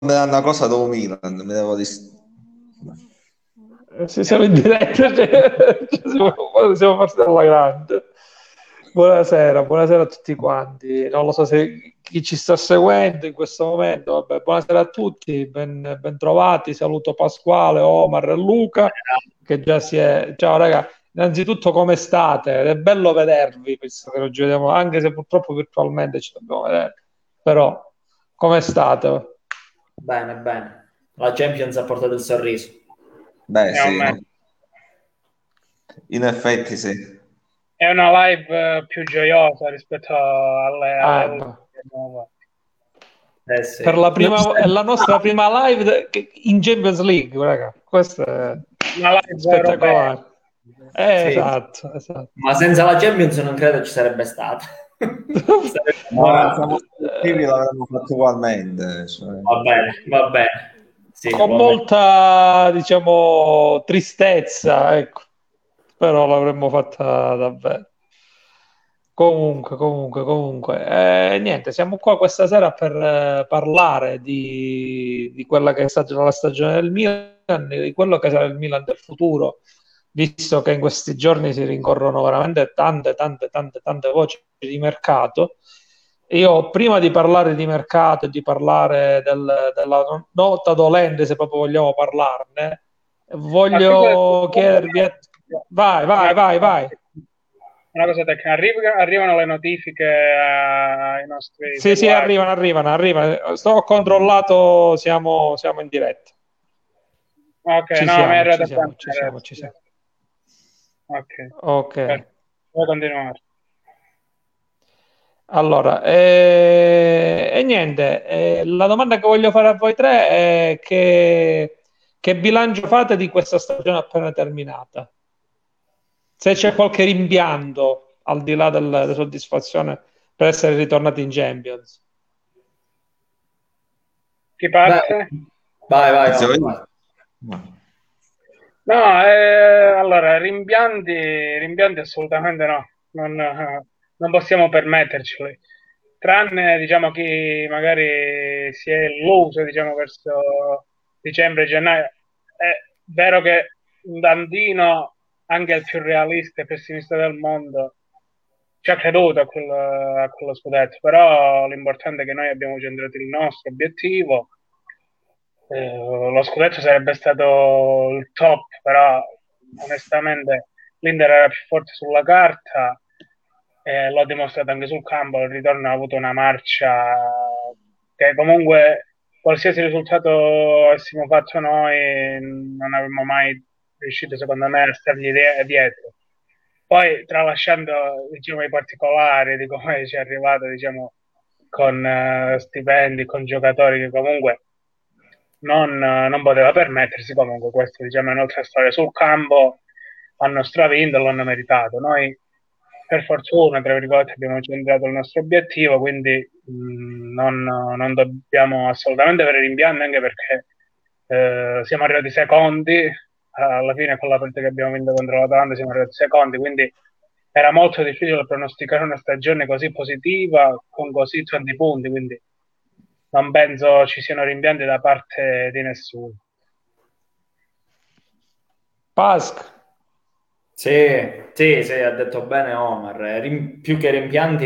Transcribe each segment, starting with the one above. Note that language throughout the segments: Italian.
una cosa dopo Milan, mi devo Se siamo in diretta, siamo forse alla grande. Buonasera, buonasera a tutti quanti. Non lo so se chi ci sta seguendo in questo momento. Vabbè, buonasera a tutti, ben trovati. Saluto Pasquale, Omar e Luca, che già si è. Ciao, raga. Innanzitutto, come state? È bello vedervi, visto che non ci vediamo, anche se purtroppo virtualmente ci dobbiamo vedere. Però, come state? Bene, bene. La Champions ha portato il sorriso. Beh, A sì, me. in effetti sì. È una live più gioiosa rispetto alle Ah, ultime no. che abbiamo fatto. Sì. Per la Non ci prima, è la nostra sembra- prima live in Champions League, raga. Questo è Una live europea. spettacolare. Sì. Esatto, esatto. Ma senza la Champions non credo ci sarebbe stata. Sarebbe Ma ancora... siamo sportivi, l'avremmo fatto ugualmente. Cioè. Va bene, va bene. Sì, Con va bene. molta, diciamo, tristezza, ecco. Però l'avremmo fatta davvero. Comunque, niente, siamo qua questa sera per parlare di quella che è stata la stagione del Milan, di quello che sarà il Milan del futuro, visto che in questi giorni si rincorrono veramente tante voci di mercato. Io, prima di parlare di mercato e di parlare della nota dolente, se proprio vogliamo parlarne, Ma scusa, voglio chiedervi. Vai, una vai, vai, cosa, vai. una cosa tecnica. Arrivano le notifiche ai nostri Sì, sì, cellulari. arrivano. Sto controllato, siamo in diretta. Ok, Ci no, mi siamo, era ci da siamo, ci cambiare siamo, adesso. ci siamo. Ok, Ok. perfetto. Puoi continuare. Allora, e niente, la domanda che voglio fare a voi tre è che bilancio fate di questa stagione appena terminata? Se c'è qualche rimpianto, al di là della soddisfazione per essere ritornati in Champions. Chi Beh, parte? vai, Inizio vai. io? No. No, allora, rimpianti assolutamente no, non possiamo permetterceli, tranne, diciamo, chi magari si è illuso, diciamo, verso dicembre, gennaio. È vero che un Dandino, anche il più realista e pessimista del mondo, ci ha creduto a quello scudetto, però l'importante è che noi abbiamo centrato il nostro obiettivo. Lo scudetto sarebbe stato il top, però onestamente l'Inter era più forte sulla carta e l'ho dimostrato anche sul campo. Il ritorno ha avuto una marcia che comunque qualsiasi risultato avessimo fatto noi non avremmo mai riuscito, secondo me, a stargli dietro. Poi, tralasciando, diciamo, i particolari di come ci è arrivato, diciamo, con stipendi, con giocatori che comunque non poteva permettersi. Comunque questo, diciamo, è un'altra storia. Sul campo hanno stravinto, l'hanno meritato. Noi, per fortuna, tra virgolette, abbiamo centrato il nostro obiettivo, quindi non dobbiamo assolutamente avere rimpianti, anche perché siamo arrivati secondi. Alla fine, con la partita che abbiamo vinto contro l'Atalanta, siamo arrivati secondi, quindi era molto difficile pronosticare una stagione così positiva con così tanti punti, quindi non penso ci siano rimpianti da parte di nessuno. Pasc. Sì, ha detto bene Omar. Più che rimpianti,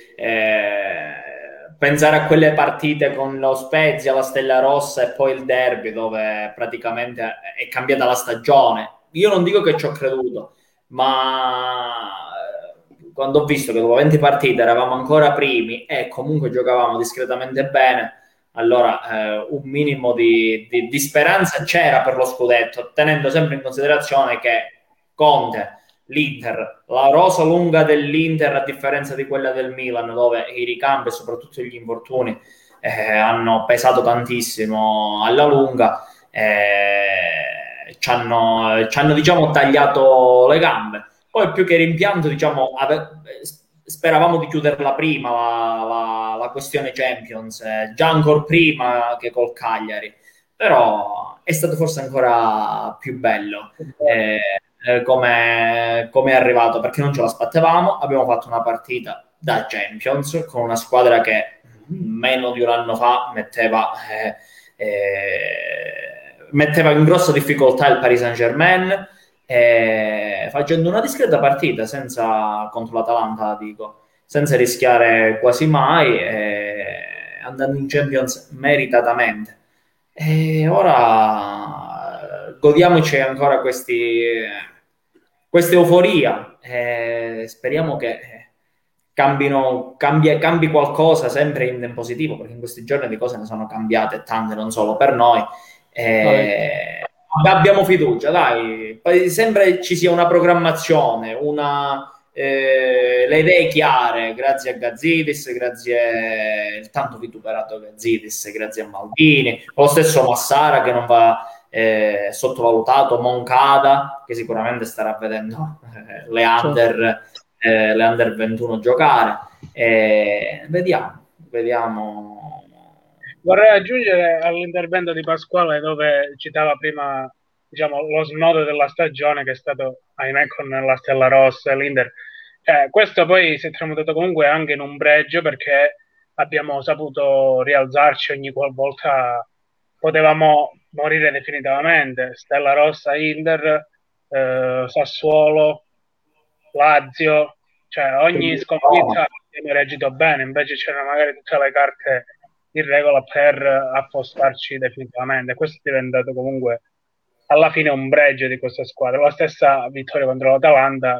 pensare a quelle partite con lo Spezia, la Stella Rossa e poi il derby, dove praticamente è cambiata la stagione. Io non dico che ci ho creduto, ma quando ho visto che dopo 20 partite eravamo ancora primi e comunque giocavamo discretamente bene, allora un minimo di speranza c'era per lo scudetto, tenendo sempre in considerazione che Conte, l'Inter, la rosa lunga dell'Inter, a differenza di quella del Milan, dove i ricambi e soprattutto gli infortuni hanno pesato tantissimo alla lunga, ci hanno diciamo tagliato le gambe. Poi più che rimpianto, diciamo, speravamo di chiuderla prima la questione Champions, già ancora prima che col Cagliari, però è stato forse ancora più bello come è arrivato, perché non ce l'aspettavamo. Abbiamo fatto una partita da Champions con una squadra che meno di un anno fa metteva metteva in grossa difficoltà il Paris Saint-Germain, facendo una discreta partita contro l'Atalanta, dico, senza rischiare quasi mai, andando in Champions meritatamente. E ora godiamoci ancora questa euforia, speriamo che cambi qualcosa sempre in positivo, perché in questi giorni le cose ne sono cambiate tante, non solo per noi. Abbiamo fiducia, dai, sembra ci sia una programmazione, le idee chiare, grazie a Gazzidis, grazie al tanto vituperato Gazzidis, grazie a Maldini, lo stesso Massara che non va sottovalutato, Moncada che sicuramente starà vedendo le under 21 giocare, vediamo. Vorrei aggiungere all'intervento di Pasquale, dove citava prima, diciamo, lo snodo della stagione che è stato, ahimè, con la Stella Rossa e l'Inter. Questo poi si è tramutato comunque anche in un pregio, perché abbiamo saputo rialzarci ogni qualvolta potevamo morire definitivamente. Stella Rossa, Inter, Sassuolo, Lazio, cioè ogni sconfitta abbiamo reagito bene, invece c'erano magari tutte le carte in regola per affostarci definitivamente. Questo è diventato comunque alla fine un pregio di questa squadra. La stessa vittoria contro l'Atalanta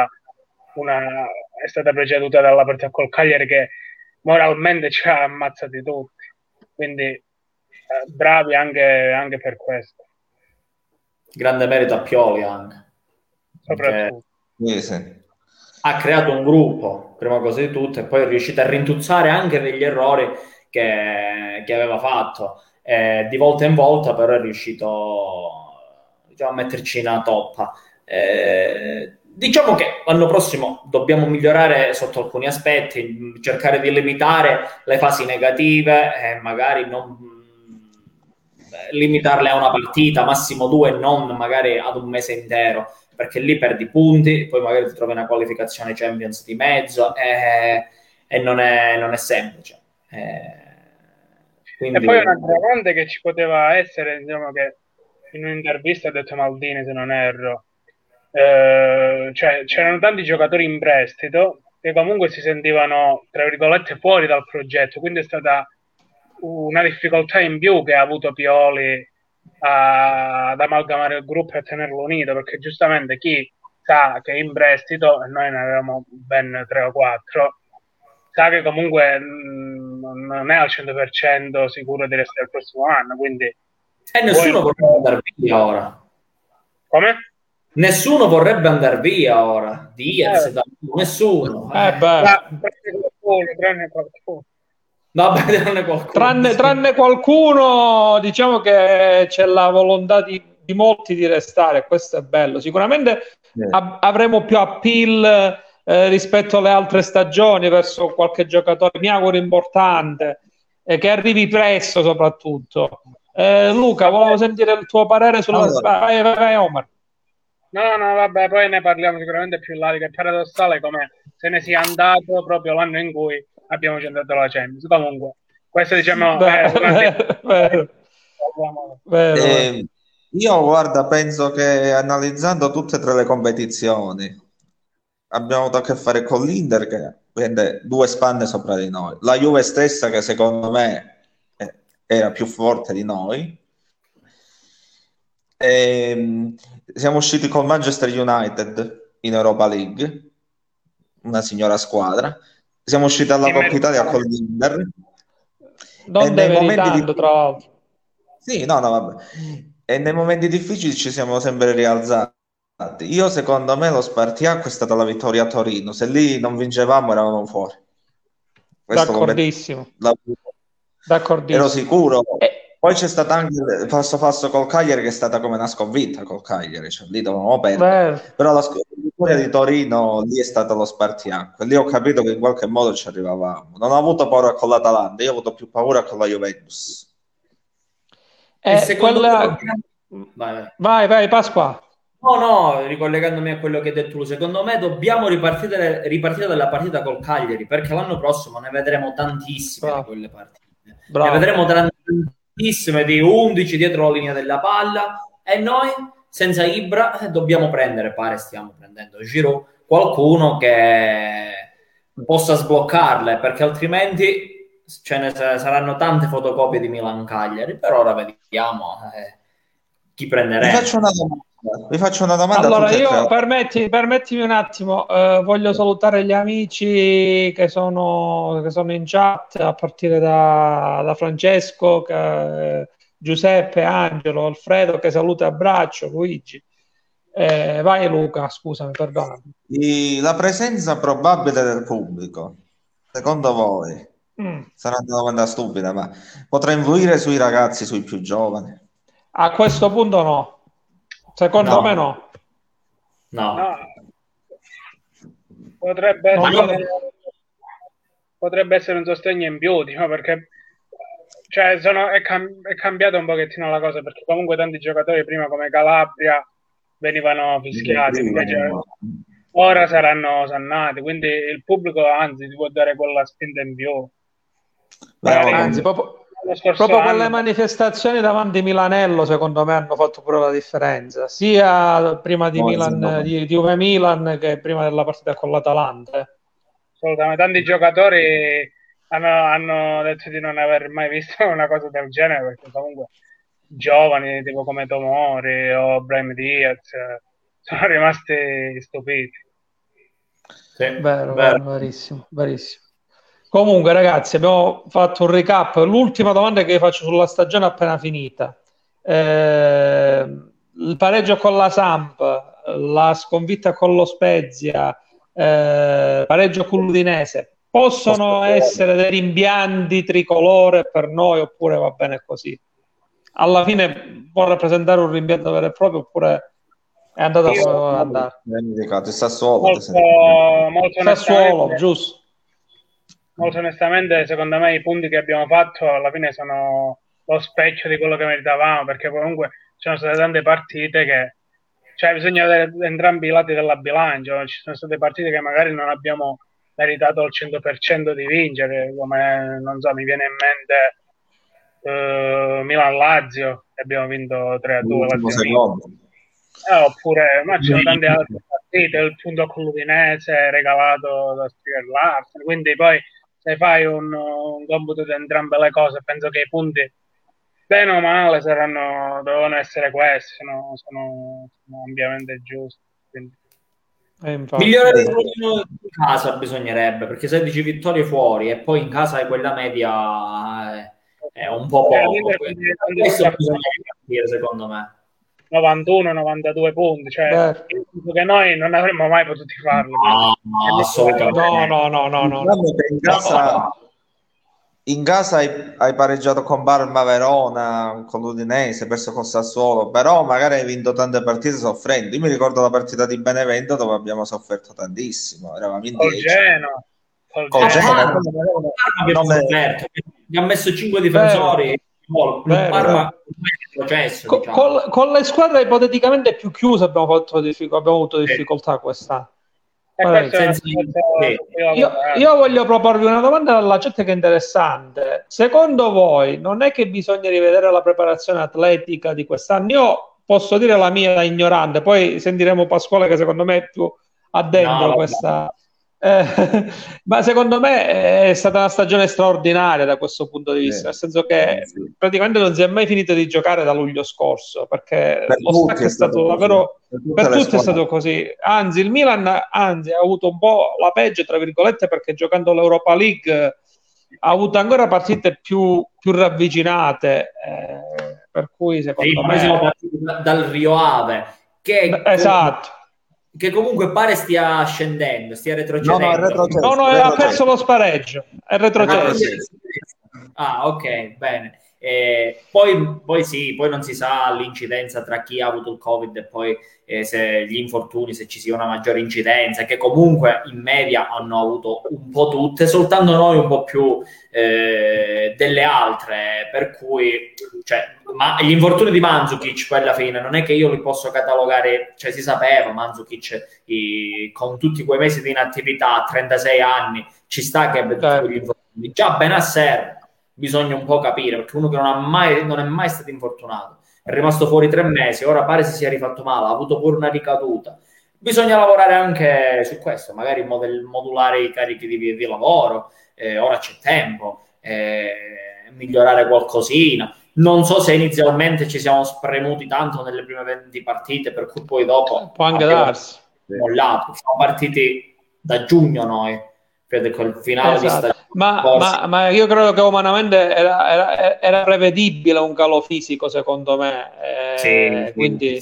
è stata preceduta dalla partita col Cagliari, che moralmente ci ha ammazzati tutti, quindi bravi anche per questo. Grande merito a Pioli anche, soprattutto. Sì. Ha creato un gruppo, prima cosa di tutto, e poi è riuscito a rintuzzare anche degli errori che aveva fatto. Di volta in volta però è riuscito, diciamo, a metterci una toppa. Diciamo che l'anno prossimo dobbiamo migliorare sotto alcuni aspetti, cercare di limitare le fasi negative e magari non limitarle a una partita, massimo 2, non magari ad un mese intero, perché lì perdi punti, poi magari ti trovi una qualificazione Champions di mezzo e non è semplice. Quindi... E poi un aggravante che ci poteva essere, diciamo, che in un'intervista ha detto Maldini, se non erro, cioè c'erano tanti giocatori in prestito che comunque si sentivano, tra virgolette, fuori dal progetto, quindi è stata una difficoltà in più che ha avuto Pioli ad amalgamare il gruppo e a tenerlo unito, perché giustamente chi sa che è in prestito, e noi ne avevamo ben 3 o 4, sa che comunque non è al 100% sicuro di restare il prossimo anno, quindi... E nessuno vorrebbe andare via ora. Come? Nessuno vorrebbe andare via ora. Nessuno. Tranne qualcuno, diciamo che c'è la volontà di molti di restare, questo è bello. Sicuramente avremo più appeal rispetto alle altre stagioni verso qualche giocatore, mi auguro importante, che arrivi presto soprattutto. Luca, volevo sentire il tuo parere sulla... Vai, Omar. No, vabbè, poi ne parliamo sicuramente più in là, che è paradossale come se ne sia andato proprio l'anno in cui abbiamo centrato la Champions. Comunque, questo diciamo io guarda, penso che analizzando tutte e tre le competizioni abbiamo avuto a che fare con l'Inter, che prende 2 spanne sopra di noi, la Juve stessa che secondo me era più forte di noi. Siamo usciti con Manchester United in Europa League, una signora squadra. Siamo usciti alla Coppa Italia con l'Inter. Non demeritando, tra l'altro. Sì, no, vabbè. E nei momenti difficili ci siamo sempre rialzati. Io, secondo me, lo spartiacque è stata la vittoria a Torino. Se lì non vincevamo, eravamo fuori. D'accordissimo. Ero sicuro. Poi c'è stata anche il passo col Cagliari, che è stata come una sconfitta col Cagliari, cioè lì dovevamo perdere. Però la vittoria di Torino lì è stato lo spartiacque. Lì ho capito che in qualche modo ci arrivavamo. Non ho avuto paura con l'Atalanta, io ho avuto più paura con la Juventus. Vai, Pasqua. No, ricollegandomi a quello che hai detto tu, secondo me dobbiamo ripartire dalla partita col Cagliari, perché l'anno prossimo ne vedremo tantissime di quelle partite. Ne vedremo tantissime di 11 dietro la linea della palla, e noi senza Ibra dobbiamo stiamo prendendo Giroud, qualcuno che possa sbloccarle, perché altrimenti saranno tante fotocopie di Milan-Cagliari. Per ora vediamo chi prenderà. Vi faccio una domanda. Allora, io permettimi un attimo, voglio salutare gli amici che sono in chat, a partire da Francesco, Giuseppe, Angelo, Alfredo, che saluta e abbraccio, Luigi. Vai Luca, scusami, perdonami. La presenza probabile del pubblico, secondo voi, sarà una domanda stupida, ma potrà influire sui ragazzi, sui più giovani? A questo punto no. Secondo me no. No. Potrebbe essere un sostegno in più, perché è cambiata un pochettino la cosa, perché comunque tanti giocatori prima come Calabria venivano fischiati, invece ora saranno sannati, quindi il pubblico anzi ti può dare quella spinta in più. Anzi, proprio quelle manifestazioni davanti Milanello secondo me hanno fatto pure la differenza, sia prima di Juve Milan che prima della partita con l'Atalanta. Assolutamente, tanti giocatori hanno detto di non aver mai visto una cosa del genere, perché comunque giovani tipo come Tomori o Brahim Diaz sono rimasti stupiti. Sì, vero, verissimo. Comunque ragazzi, abbiamo fatto un recap. L'ultima domanda che vi faccio sulla stagione appena finita, il pareggio con la Samp, la sconfitta con lo Spezia, pareggio con l'Udinese, possono essere dei rimpianti tricolore per noi, oppure va bene così? Alla fine può rappresentare un rimpianto vero e proprio, oppure è andato a andare? Sassuolo, giusto. Molto onestamente, secondo me i punti che abbiamo fatto alla fine sono lo specchio di quello che meritavamo, perché comunque ci sono state tante partite che, bisogna vedere entrambi i lati della bilancia. Ci sono state partite che magari non abbiamo meritato al 100% di vincere, come, non so, mi viene in mente Milan-Lazio, che abbiamo vinto 3-2. Oppure, ma ci sono tante altre partite, il punto con l'Udinese regalato da Striker Larsen, quindi poi se fai un computo di entrambe le cose, penso che i punti bene o male dovevano essere questi, sono ampiamente giusti. Migliorare il ruolino in casa bisognerebbe, perché se dici vittorie fuori e poi in casa hai quella media è un po' poco. Questo bisogna capire, secondo me. 91-92 punti, che noi non avremmo mai potuto farlo. No, assolutamente. No. In casa hai pareggiato con Parma, Verona, con l'Udinese, perso con Sassuolo, però magari hai vinto tante partite soffrendo. Io mi ricordo la partita di Benevento dove abbiamo sofferto tantissimo, eravamo in 10. Col Genoa. Abbiamo messo 5 difensori. Parma, processo, con le squadre ipoteticamente più chiuse abbiamo avuto difficoltà quest'anno. Io voglio proporvi una domanda dalla chat che è interessante. Secondo voi non è che bisogna rivedere la preparazione atletica di quest'anno? Io posso dire la mia da ignorante, poi sentiremo Pasquale che secondo me è più addentro questa... ma secondo me è stata una stagione straordinaria da questo punto di vista, nel senso che praticamente non si è mai finito di giocare da luglio scorso, perché lo stacco è stato davvero per tutti è stato così. Anzi, il Milan ha avuto un po' la peggio tra virgolette, perché giocando l'Europa League ha avuto ancora partite più ravvicinate, per cui secondo me siamo partiti dal Rio Ave esatto, che comunque pare stia scendendo, stia retrocedendo. No, ha perso lo spareggio, è retrocesso. Ok, bene. Poi non si sa l'incidenza tra chi ha avuto il Covid e poi se gli infortuni, se ci sia una maggiore incidenza, che comunque in media hanno avuto un po' tutte, soltanto noi un po' più delle altre, per cui ma gli infortuni di Mandzukic poi alla fine non è che io li posso catalogare, si sapeva Mandzukic con tutti quei mesi di inattività a 36 anni ci sta che gli infortuni. Già Benasser bisogna un po' capire, perché uno che non è mai stato infortunato, è rimasto fuori 3 mesi, ora pare si sia rifatto male, ha avuto pure una ricaduta. Bisogna lavorare anche su questo, magari modulare i carichi di lavoro, ora c'è tempo, migliorare qualcosina. Non so se inizialmente ci siamo spremuti tanto nelle prime 20 partite, per cui poi dopo può anche darsi. Mollato. Siamo partiti da giugno noi, credo che il finale esatto. di stagione. Ma io credo che umanamente era prevedibile un calo fisico, secondo me. Sì, quindi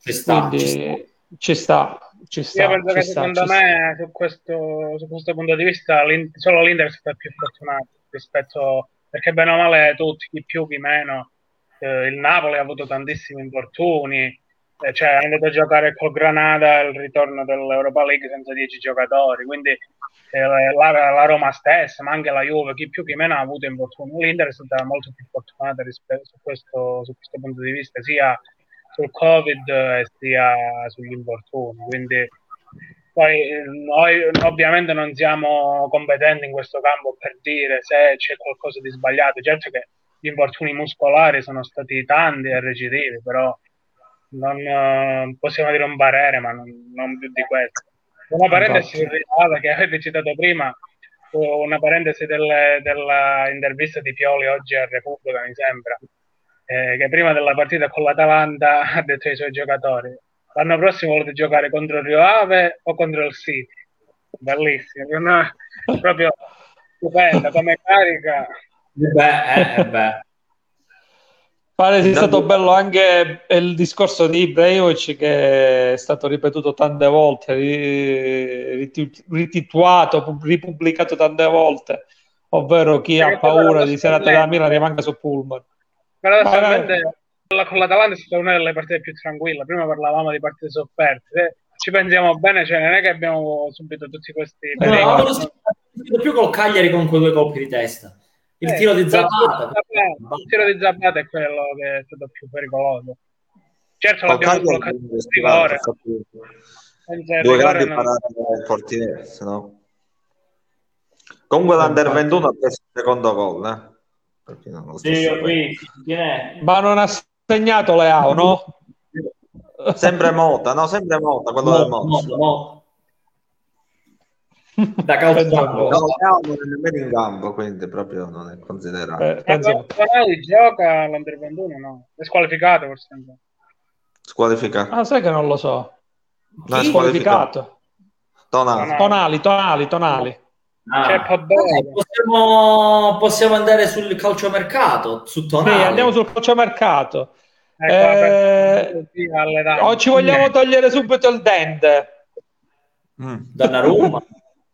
ci sta. Io penso che secondo me su questo punto di vista solo l'Inter è stato più fortunato rispetto, perché bene o male tutti, chi più chi meno, il Napoli ha avuto tantissimi infortuni, cioè è andato a giocare col Granada il ritorno dell'Europa League senza 10 giocatori, quindi la Roma stessa, ma anche la Juve, chi più chi meno ha avuto infortuni. L'Inter è stata molto più fortunata su questo punto di vista, sia sul Covid sia sugli infortuni, quindi poi noi ovviamente non siamo competenti in questo campo per dire se c'è qualcosa di sbagliato. Certo che gli infortuni muscolari sono stati tanti e recidivi, però non possiamo dire un parere, ma non più di questo. Una parentesi che avete citato prima, una parentesi della intervista di Pioli oggi a Repubblica, mi sembra, che prima della partita con l'Atalanta ha detto ai suoi giocatori: l'anno prossimo volete giocare contro il Rio Ave o contro il City? Bellissimo, proprio stupenda come carica. Beh. Pare sia stato bello anche il discorso di Ibrahimovic, che è stato ripetuto tante volte, rititolato, ripubblicato tante volte, ovvero chi ha paura di serate da Milano rimanga su Pullman. Paradossalmente con l'Atalanta è stata una delle partite più tranquille. Prima parlavamo di partite sofferte, se ci pensiamo bene, cioè non è che abbiamo subito tutti questi più col Cagliari con quei 2 colpi di testa. Il tiro di Zapata. Il tiro di Zapata è quello che è stato più pericoloso. Certo l'abbiamo bloccato in rigore. 2 grandi parate del portiere, se no. Comunque l'Under 21 ha preso il secondo gol, ma non ha segnato Leao, no? Sempre Mota, quello del Mota. Da calcio no, Leao non è nemmeno in campo, quindi proprio non è considerato. Tonali gioca l'Under 21, no? È squalificato forse. Squalificato. Ah, sai che non lo so. No, è squalificato. Tonali. Possiamo andare sul calciomercato, su Tonali. Sì, andiamo sul calciomercato. O ci vogliamo togliere subito il Dende? Donnarumma.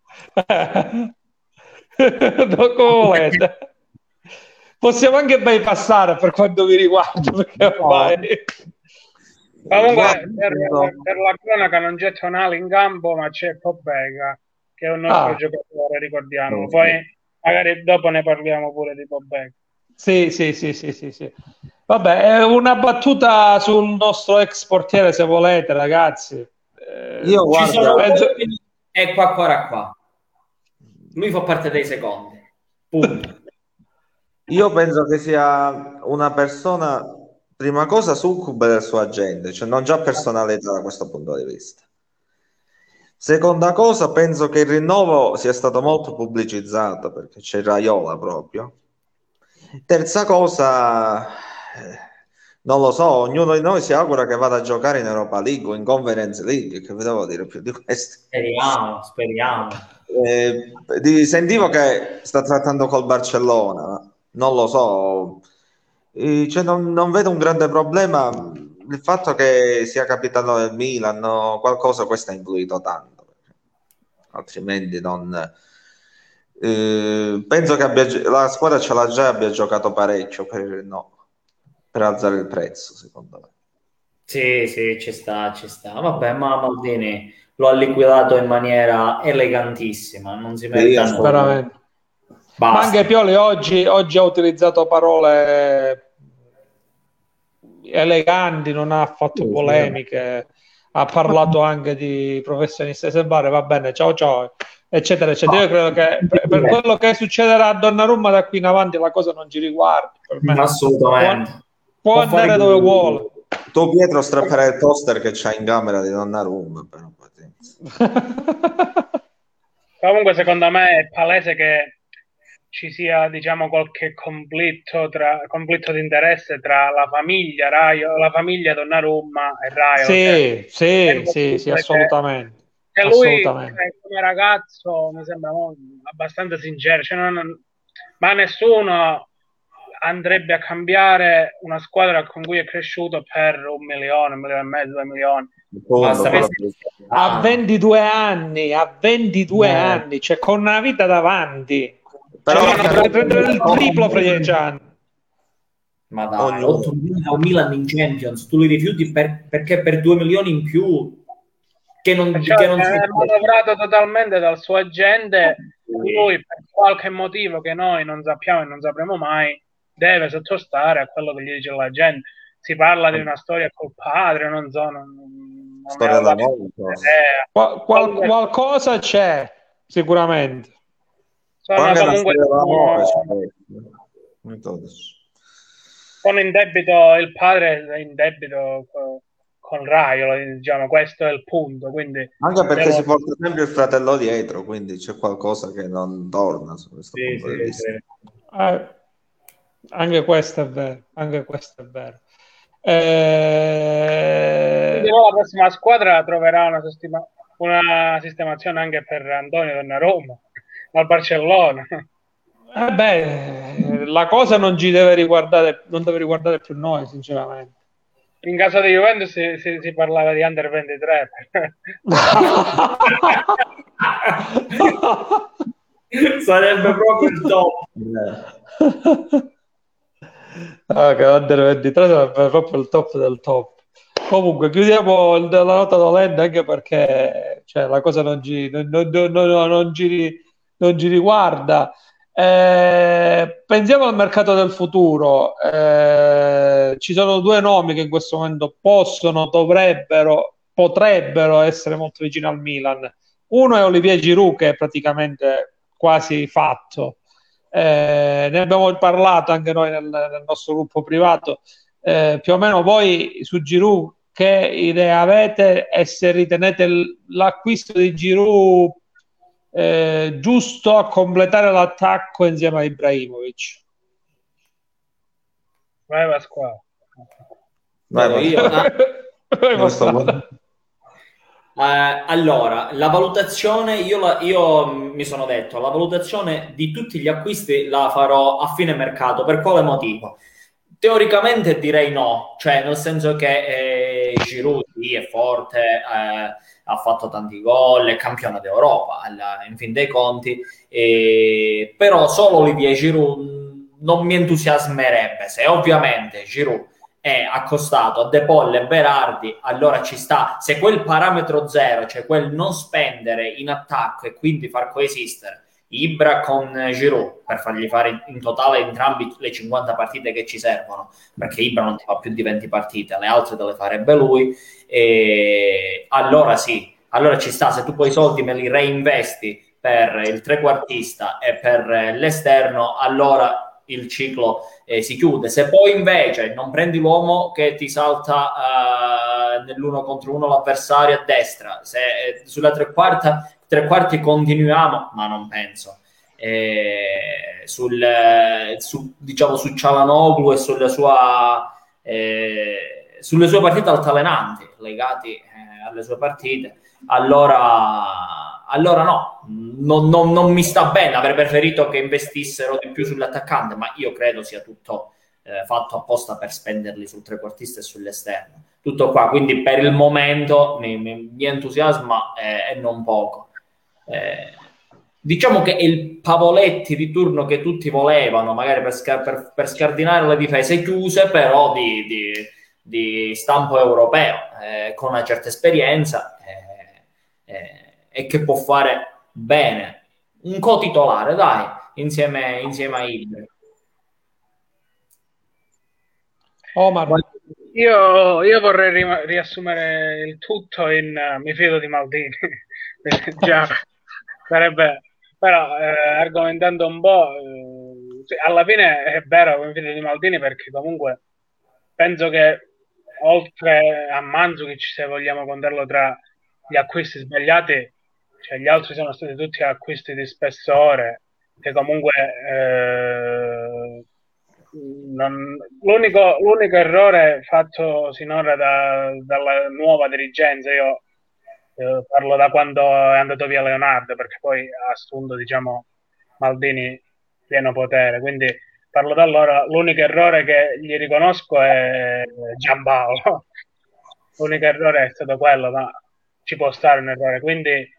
Possiamo anche bypassare per quanto mi riguarda, perché ormai... Comunque per la cronaca non c'è Tonali in campo, ma c'è Pobega, che è un nostro giocatore, ricordiamo. Poi magari dopo ne parliamo pure di Pobega. Sì. Vabbè, una battuta sul nostro ex portiere, se volete, ragazzi. Io guardo, è qua. Lui fa parte dei secondi. Punto. Io penso che sia una persona, prima cosa, succube del suo agente, cioè non già personalità da questo punto di vista. Seconda cosa, penso che il rinnovo sia stato molto pubblicizzato, perché c'è Raiola proprio. Terza cosa, non lo so, ognuno di noi si augura che vada a giocare in Europa League o in Conference League, che vi devo dire più di questo. Speriamo. Sentivo che sta trattando col Barcellona, non lo so, cioè non vedo un grande problema. Il fatto che sia capitano del Milan, qualcosa, questo ha influito tanto, altrimenti non... penso che la squadra ce l'ha già, abbia giocato parecchio per alzare il prezzo, secondo me. Sì, ci sta. Vabbè, ma Maldini lo ha liquidato in maniera elegantissima, non si merita veramente. Ma anche Pioli oggi ha utilizzato parole eleganti, non ha fatto polemiche, ha parlato anche di professionista esemplare, va bene, ciao ciao, eccetera, eccetera. Io credo che per quello che succederà a Donnarumma da qui in avanti la cosa non ci riguarda. Per me. Assolutamente. Può andare dove vuole. Tu Pietro strapperai il poster che c'ha in camera di Donnarumma, però. Comunque secondo me è palese che ci sia, diciamo, qualche conflitto di interesse tra la famiglia Raio, la famiglia Donnarumma e Raio. Sì, assolutamente. Che lui come ragazzo mi sembra abbastanza sincero, cioè ma nessuno andrebbe a cambiare una squadra con cui è cresciuto per 1 milione, 1,5 milioni, 2 milioni. A 22 anni, anni, cioè con una vita davanti. Però il triplo fra 10 anni. Ma dai, 8 milioni a un Milan in Champions, tu li rifiuti perché per 2 milioni in più che non è manovrato totalmente dal suo agente. Lui per qualche motivo che noi non sappiamo e non sapremo mai deve sottostare a quello che gli dice la gente. Si parla di una storia col padre, non so, storia d'amore. Qualcosa c'è sicuramente. Sono in debito, il padre è in debito con Raio, diciamo, questo è il punto. Quindi anche perché si porta sempre il fratello dietro, quindi c'è qualcosa che non torna su questo punto di vista. Anche questo è vero, Quindi la prossima squadra troverà una sistemazione anche per Antonio Donnarumma al Barcellona. La cosa non deve riguardare più noi, sinceramente. In caso di Juventus si parlava di Under 23. Sarebbe proprio il top. Che Under 23 sarebbe proprio il top del top. Comunque chiudiamo la nota dolente, anche perché la cosa non ci riguarda. Pensiamo al mercato del futuro. Ci sono due nomi che in questo momento potrebbero essere molto vicini al Milan. Uno è Olivier Giroud, che è praticamente quasi fatto. Ne abbiamo parlato anche noi nel nostro gruppo privato. Più o meno voi su Giroud che idea avete, e se ritenete l'acquisto di Giroud giusto a completare l'attacco insieme a Ibrahimovic? Vai Pasquale. Allora, la valutazione, io mi sono detto, la valutazione di tutti gli acquisti la farò a fine mercato. Per quale motivo? Teoricamente direi no, cioè nel senso che Giroud è forte, ha fatto tanti gol, è campione d'Europa in fin dei conti, però solo Olivier Giroud non mi entusiasmerebbe. Se ovviamente Giroud è accostato a De Paul e Berardi, allora ci sta. Se quel parametro zero, cioè quel non spendere in attacco e quindi far coesistere Ibra con Giroud per fargli fare in totale entrambi le 50 partite che ci servono, perché Ibra non ti fa più di 20 partite, le altre te le farebbe lui, e allora sì, allora ci sta. Se tu poi i soldi me li reinvesti per il trequartista e per l'esterno, allora il ciclo si chiude. Se poi invece non prendi l'uomo che ti salta nell'1 contro 1 l'avversario a destra, se sulla tre quarti continuiamo, ma non penso, diciamo su Çalhanoğlu e sulle sue partite altalenanti legati alle sue partite, allora no, non mi sta bene. Avrei preferito che investissero di più sull'attaccante, ma io credo sia tutto fatto apposta per spenderli sul trequartista e sull'esterno. Tutto qua, quindi per il momento mi entusiasma e non poco. Diciamo che è il Pavoletti di turno che tutti volevano, magari per scardinare le difese chiuse, però di stampo europeo, con una certa esperienza, e che può fare bene. Un co-titolare, dai, insieme a Ibra. Omar. Io vorrei riassumere il tutto in mi fido di Maldini. Già, sarebbe, però argomentando un po', alla fine è vero mi fido di Maldini perché comunque penso che oltre a Mandzukic, se vogliamo contarlo tra gli acquisti sbagliati, cioè gli altri sono stati tutti acquisti di spessore che comunque l'unico errore fatto sinora dalla nuova dirigenza, io parlo da quando è andato via Leonardo, perché poi ha assunto, diciamo, Maldini pieno potere, quindi parlo da allora, l'unico errore che gli riconosco è Giampaolo. L'unico errore è stato quello, ma ci può stare un errore, quindi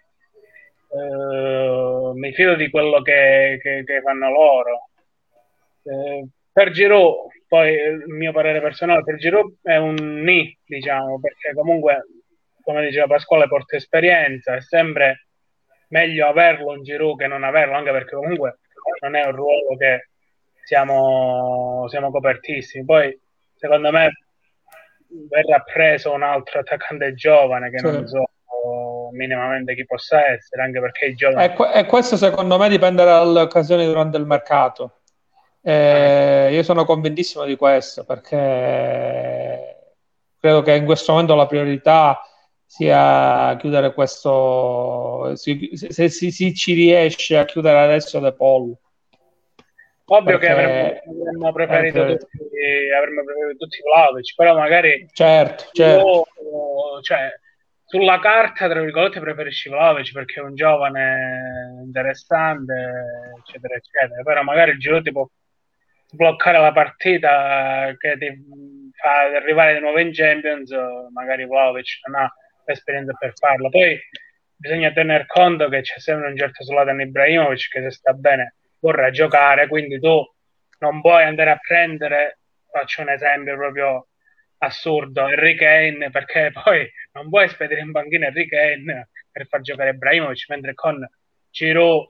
mi fido di quello che fanno loro. Per Giroud, poi il mio parere personale, per Giroud è un ni, diciamo, perché comunque, come diceva Pasquale, porta esperienza, è sempre meglio averlo un Giroud che non averlo, anche perché comunque non è un ruolo che siamo copertissimi. Poi, secondo me, verrà preso un altro attaccante giovane che non so minimamente chi possa essere, anche perché i giovani... E questo secondo me dipenderà dalle occasioni durante il mercato. Io sono convintissimo di questo, perché credo che in questo momento la priorità sia chiudere questo, se si ci riesce a chiudere adesso De Paul. Ovvio che avremmo preferito tutti Vlahovic, però magari certo. Cioè, sulla carta, tra virgolette, preferisci Vlahovic perché è un giovane interessante, eccetera, eccetera, però magari il Giroud ti può sbloccare la partita che ti fa arrivare di nuovo in Champions, magari Vlahovic non ha l'esperienza per farlo. Poi bisogna tener conto che c'è sempre un certo Zlatan Ibrahimovic che se sta bene vorrà giocare, quindi tu non puoi andare a prendere, faccio un esempio proprio assurdo, Harry Kane, perché poi non puoi spedire in banchina Harry Kane per far giocare Ibrahimovic, mentre con Giroud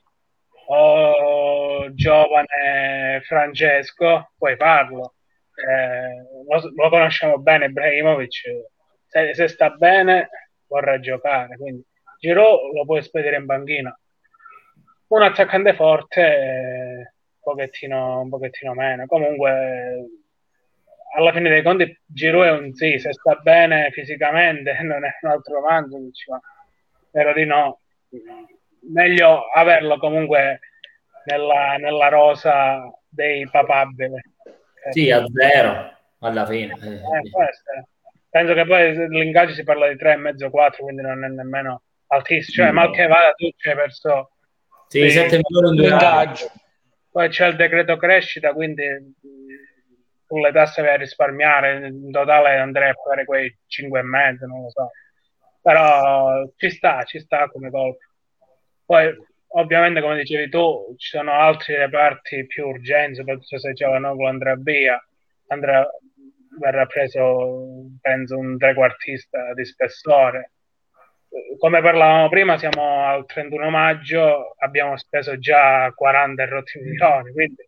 o giovane Francesco puoi farlo. Lo conosciamo bene Ibrahimovic, se sta bene vorrà giocare, quindi Giroud lo puoi spedire in banchina. Un attaccante forte un pochettino meno. Comunque alla fine dei conti Giroud è un sì, se sta bene fisicamente non è un altro Mandzukic, ma spero di no. Meglio averlo comunque nella rosa dei papabili. Sì, a zero alla fine. Penso che poi l'ingaggio si parla di 3,5-4, quindi non è nemmeno altissimo. Cioè, mal che vada, tu ci hai perso 7 milioni di ingaggio. Poi c'è il decreto crescita, quindi sulle tasse vai a risparmiare, in totale andrei a fare quei 5,5, non lo so. Però ci sta come colpo. Poi, ovviamente, come dicevi tu, ci sono altri reparti più urgenti, soprattutto se Cialanoglu andrà via, verrà preso, penso, un trequartista di spessore. Come parlavamo prima, siamo al 31 maggio, abbiamo speso già 40 e rotti milioni, quindi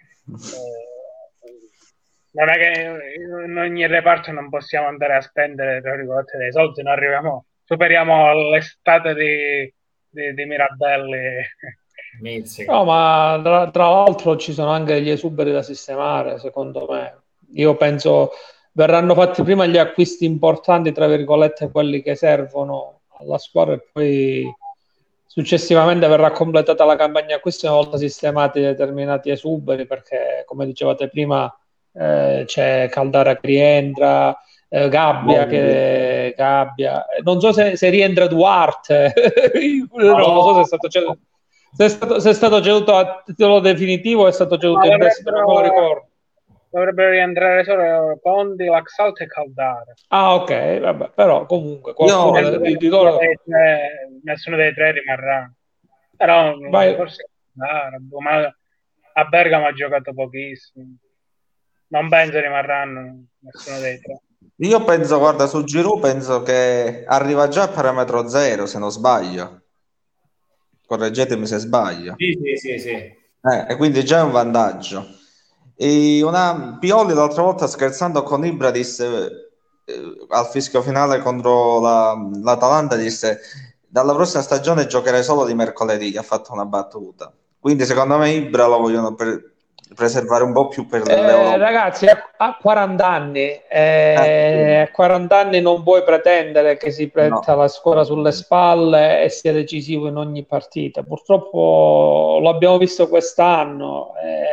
non è che in ogni reparto non possiamo andare a spendere tra virgolette dei soldi, non arriviamo, superiamo l'estate di Mirabelli. No, ma tra l'altro ci sono anche gli esuberi da sistemare, secondo me. Io penso verranno fatti prima gli acquisti importanti, tra virgolette, quelli che servono alla squadra, e poi successivamente verrà completata la campagna acquisti una volta sistemati determinati esuberi, perché come dicevate prima c'è Caldara che rientra, Gabbia, non so se rientra Duarte, non lo so se è stato ceduto. Se è stato ceduto a titolo definitivo, è stato ceduto in prestito, non me lo ricordo. Dovrebbero rientrare solo Pondi, Laxalt e Caldara. Ah, ok, vabbè, però comunque qualcuno di loro... Nessuno dei tre rimarrà. Però forse ma a Bergamo ha giocato pochissimo. Non penso rimarranno nessuno dei tre. Io penso, guarda, su Giroud penso che arriva già a parametro zero, se non sbaglio. Correggetemi se sbaglio. Sì. E quindi già è un vantaggio. E Pioli l'altra volta scherzando con Ibra disse al fischio finale contro l'Atalanta, disse dalla prossima stagione giocherai solo di mercoledì, ha fatto una battuta. Quindi secondo me Ibra lo vogliono preservare un po' più per l'Europa. Ragazzi, ha 40 anni, a 40 anni non puoi pretendere che si prenda la scuola sulle spalle e sia decisivo in ogni partita. Purtroppo l'abbiamo visto quest'anno.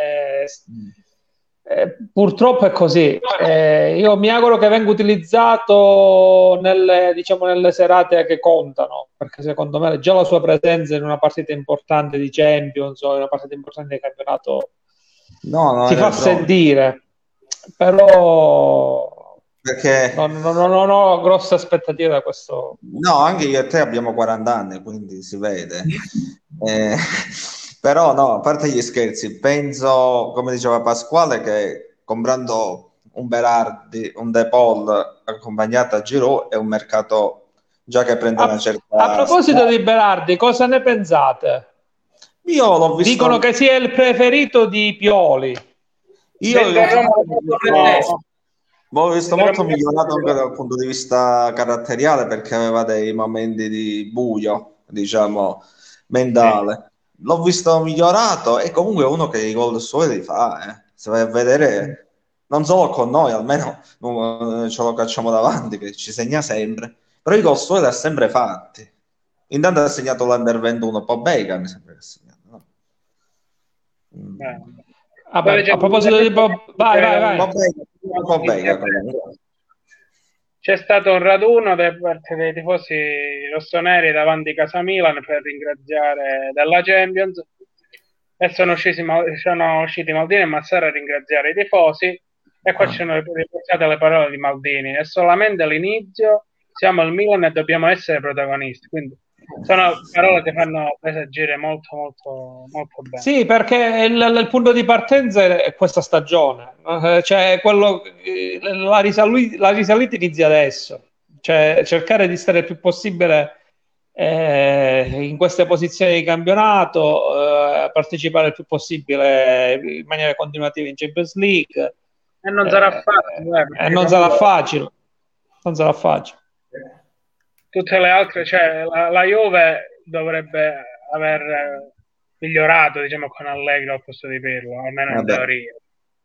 Purtroppo è così. Io mi auguro che venga utilizzato nelle serate che contano, perché secondo me già la sua presenza in una partita importante di Champions o in una partita importante di campionato si fa sentire, però perché non ho grosse aspettative da questo. No, anche io e te abbiamo 40 anni, quindi si vede. Però no, a parte gli scherzi, penso, come diceva Pasquale, che comprando un Berardi, un De Paul accompagnato a Giroud è un mercato già che prende una certa... A proposito di Berardi, cosa ne pensate? Io l'ho visto... Dicono che sia il preferito di Pioli. Io l'ho visto molto migliorato anche dal punto di vista caratteriale, perché aveva dei momenti di buio, diciamo, mentale. L'ho visto migliorato e comunque uno che i gol suoi li fa, se vai a vedere, non solo con noi, almeno ce lo cacciamo davanti, che ci segna sempre, però i gol suoi li ha sempre fatti. Intanto ha segnato l'Under 21 Pobega, mi sembra che ha segnato, no? Vabbè, a proposito di vai. Pobega. C'è stato un raduno da parte dei tifosi rossoneri davanti a Casa Milan per ringraziare della Champions, e sono usciti Maldini e Massara a ringraziare i tifosi, e qua ci sono riportate le parole di Maldini: è solamente l'inizio, siamo il Milan e dobbiamo essere protagonisti. Quindi sono parole che fanno presagire molto molto molto bene. Sì, perché il punto di partenza è questa stagione, cioè la risalita inizia adesso, cioè cercare di stare il più possibile in queste posizioni di campionato, partecipare il più possibile in maniera continuativa in Champions League, e non sarà facile, non sarà facile. Tutte le altre, cioè la Juve dovrebbe aver migliorato, diciamo, con Allegri al posto di Pirlo, almeno in teoria.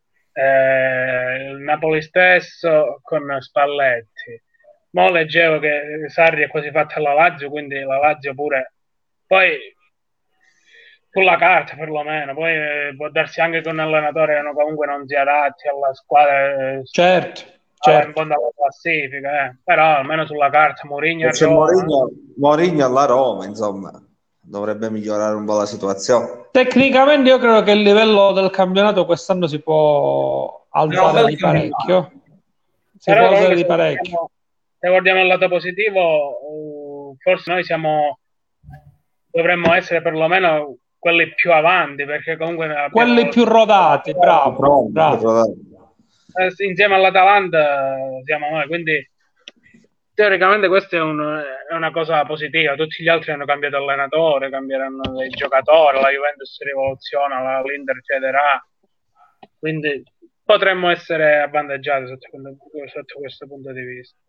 Il Napoli stesso con Spalletti. Mo leggevo che Sarri è quasi fatta alla Lazio, quindi la Lazio pure, poi sulla carta perlomeno, poi può darsi anche che un allenatore comunque non si adatti alla squadra, certo. in fondo alla classifica, però almeno sulla carta Mourinho alla Roma, insomma, dovrebbe migliorare un po' la situazione. Tecnicamente io credo che il livello del campionato quest'anno si può alzare di parecchio. Se guardiamo il lato positivo, forse noi dovremmo essere perlomeno quelli più avanti, perché comunque quelli più rodati, bravo. Insieme all'Atalanta siamo noi, quindi teoricamente questa è una cosa positiva. Tutti gli altri hanno cambiato allenatore, cambieranno dei giocatori, la Juventus si rivoluziona, l'Inter cederà, quindi potremmo essere avvantaggiati sotto questo punto di vista.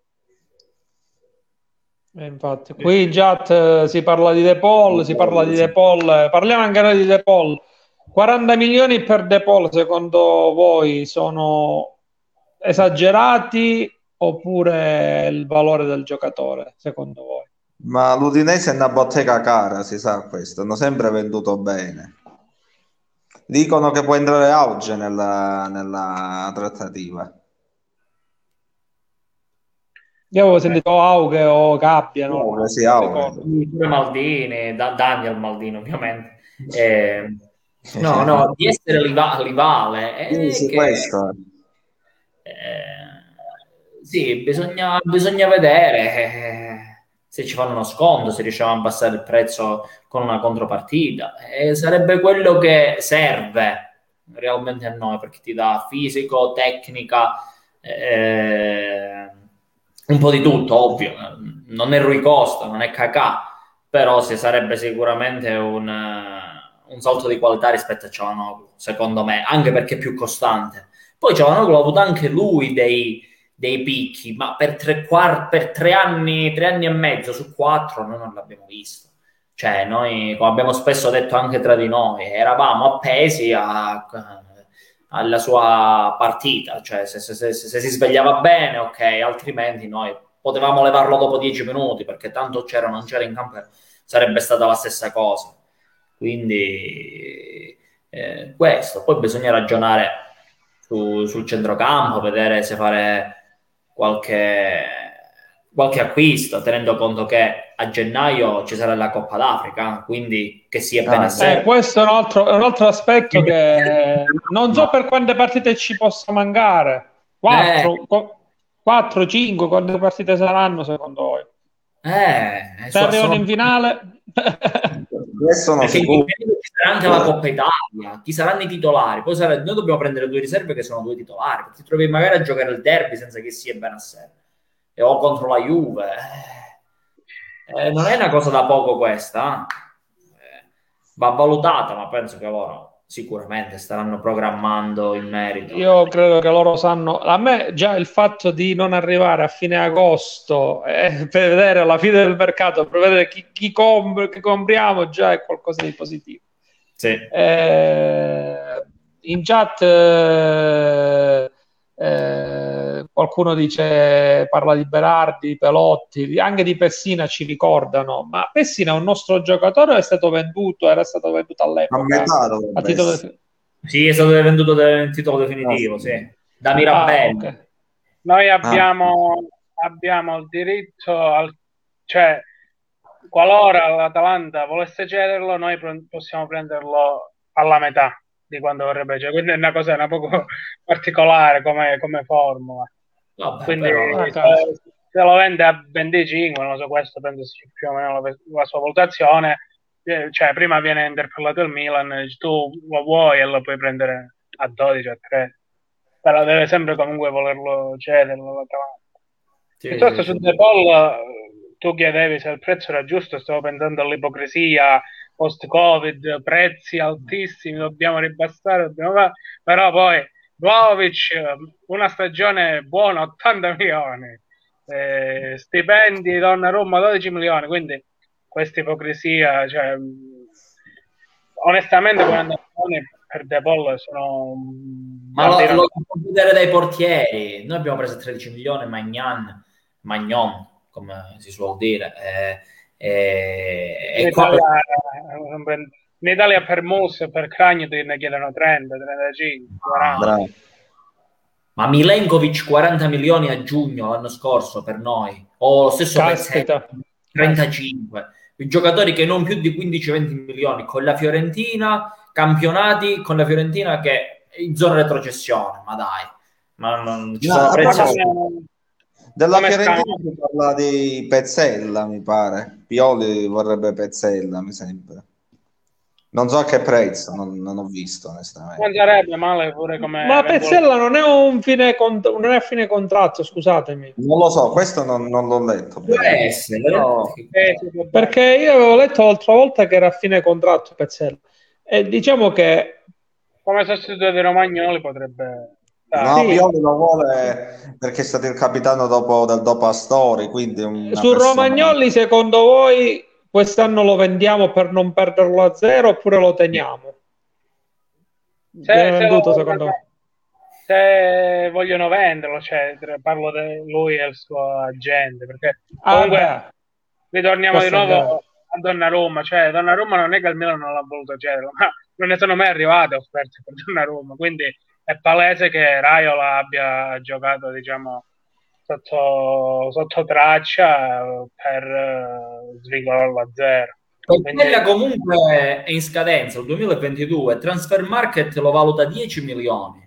Infatti, qui in chat si parla di De Paul, parliamo anche noi di De Paul. 40 milioni per De Paul, secondo voi sono esagerati oppure il valore del giocatore, secondo voi? Ma l'Udinese è una bottega cara, si sa questo, hanno sempre venduto bene. Dicono che può entrare Auge nella trattativa. Io avevo sentito Auge o Gabbia, no? Sì, Auge. Maldini, Daniel Maldini ovviamente. No, di essere rivale. Sì, questo. Sì, bisogna vedere se ci fanno uno sconto, se riusciamo a abbassare il prezzo con una contropartita. Sarebbe quello che serve realmente a noi, perché ti dà fisico, tecnica, un po' di tutto, ovvio. Non è Rui Costa, non è Kakà, però sarebbe sicuramente un un salto di qualità rispetto a Çalhanoğlu, secondo me, anche perché è più costante. Poi Çalhanoğlu ha avuto anche lui dei picchi, ma per 3 anni e mezzo su 4 noi non l'abbiamo visto. Cioè, noi, come abbiamo spesso detto anche tra di noi, eravamo appesi alla sua partita. Cioè, se si svegliava bene, ok, altrimenti noi potevamo levarlo dopo 10 minuti, perché tanto c'era o non c'era in campo, sarebbe stata la stessa cosa. Quindi questo. Poi bisogna ragionare sul centrocampo, vedere se fare qualche acquisto, tenendo conto che a gennaio ci sarà la Coppa d'Africa, quindi che sia appena questo è un altro aspetto che non so per quante partite ci possa mancare. 4, 5, quante partite saranno secondo voi? Se arrivano in finale sono sicuro. Ci sarà anche la Coppa Italia, chi saranno i titolari? Poi noi dobbiamo prendere 2 riserve che sono 2 titolari, ti trovi magari a giocare il derby senza che sia bene a sé, o contro la Juve. Non è una cosa da poco questa, va valutata, ma penso che loro sicuramente staranno programmando in merito. Io credo che loro sanno. A me già il fatto di non arrivare a fine agosto per vedere alla fine del mercato, per vedere chi compriamo, già è qualcosa di positivo. Sì. In chat qualcuno parla di Berardi, Pelotti, anche di Pessina ci ricordano, ma Pessina è un nostro giocatore o era stato venduto all'epoca a titolo sì, è stato venduto in titolo definitivo, sì, da Mirabelli. Okay. Noi abbiamo il diritto cioè qualora l'Atalanta volesse cederlo, noi possiamo prenderlo alla metà di quando vorrebbe, cioè, quindi è una cosa un poco particolare come formula. Vabbè, quindi se lo vende a 25, non so, questo penso sia più o meno la sua valutazione, cioè prima viene interpellato il Milan, tu lo vuoi e lo puoi prendere a 12, a 3, però deve sempre comunque volerlo cedere l'Atalanta. Piuttosto su De Paul tu chiedevi se il prezzo era giusto, stavo pensando all'ipocrisia post-Covid, prezzi altissimi, dobbiamo ribassare, però poi Vlahovic, una stagione buona, 80 milioni, stipendi Donnarumma 12 milioni, quindi questa ipocrisia, cioè, onestamente 40 milioni per De Paul sono... Ma lo può vedere dai portieri. Noi abbiamo preso 13 milioni Magnon, come si suol dire. In Italia per Mus e per Krajinovic ne chiedono 30, 35, 40. Ma Milenkovic 40 milioni a giugno l'anno scorso per noi, o lo stesso Pezzetta 35. I giocatori che non più di 15-20 milioni con la Fiorentina, campionati con la Fiorentina che è in zona retrocessione, ma dai, ma non ci sono prezzi. Della Fiorentina si parla di Pezzella, mi pare. Pioli vorrebbe Pezzella, mi sembra. Non so a che prezzo, non ho visto onestamente. Non sarebbe male pure come... Ma Pezzella non è non è a fine contratto, scusatemi. Non lo so, questo non l'ho letto. No. Perché io avevo letto l'altra volta che era a fine contratto Pezzella. E diciamo che... come sostituto di Romagnoli potrebbe... No, Pioli lo vuole perché è stato il capitano dopo Astori, quindi... Su Romagnoli, secondo voi... quest'anno lo vendiamo per non perderlo a 0 oppure lo teniamo? Se vogliono venderlo, cioè, parlo di lui e il suo agente, perché comunque ritorniamo di nuovo a Donnarumma, cioè Donnarumma non è che il Milan non l'ha voluto cedere, ma non ne sono mai arrivate offerte per Donnarumma, quindi è palese che Raiola abbia giocato, diciamo, sotto traccia per svincolarlo a 0. Quella comunque è in scadenza il 2022, Transfer Market lo valuta 10 milioni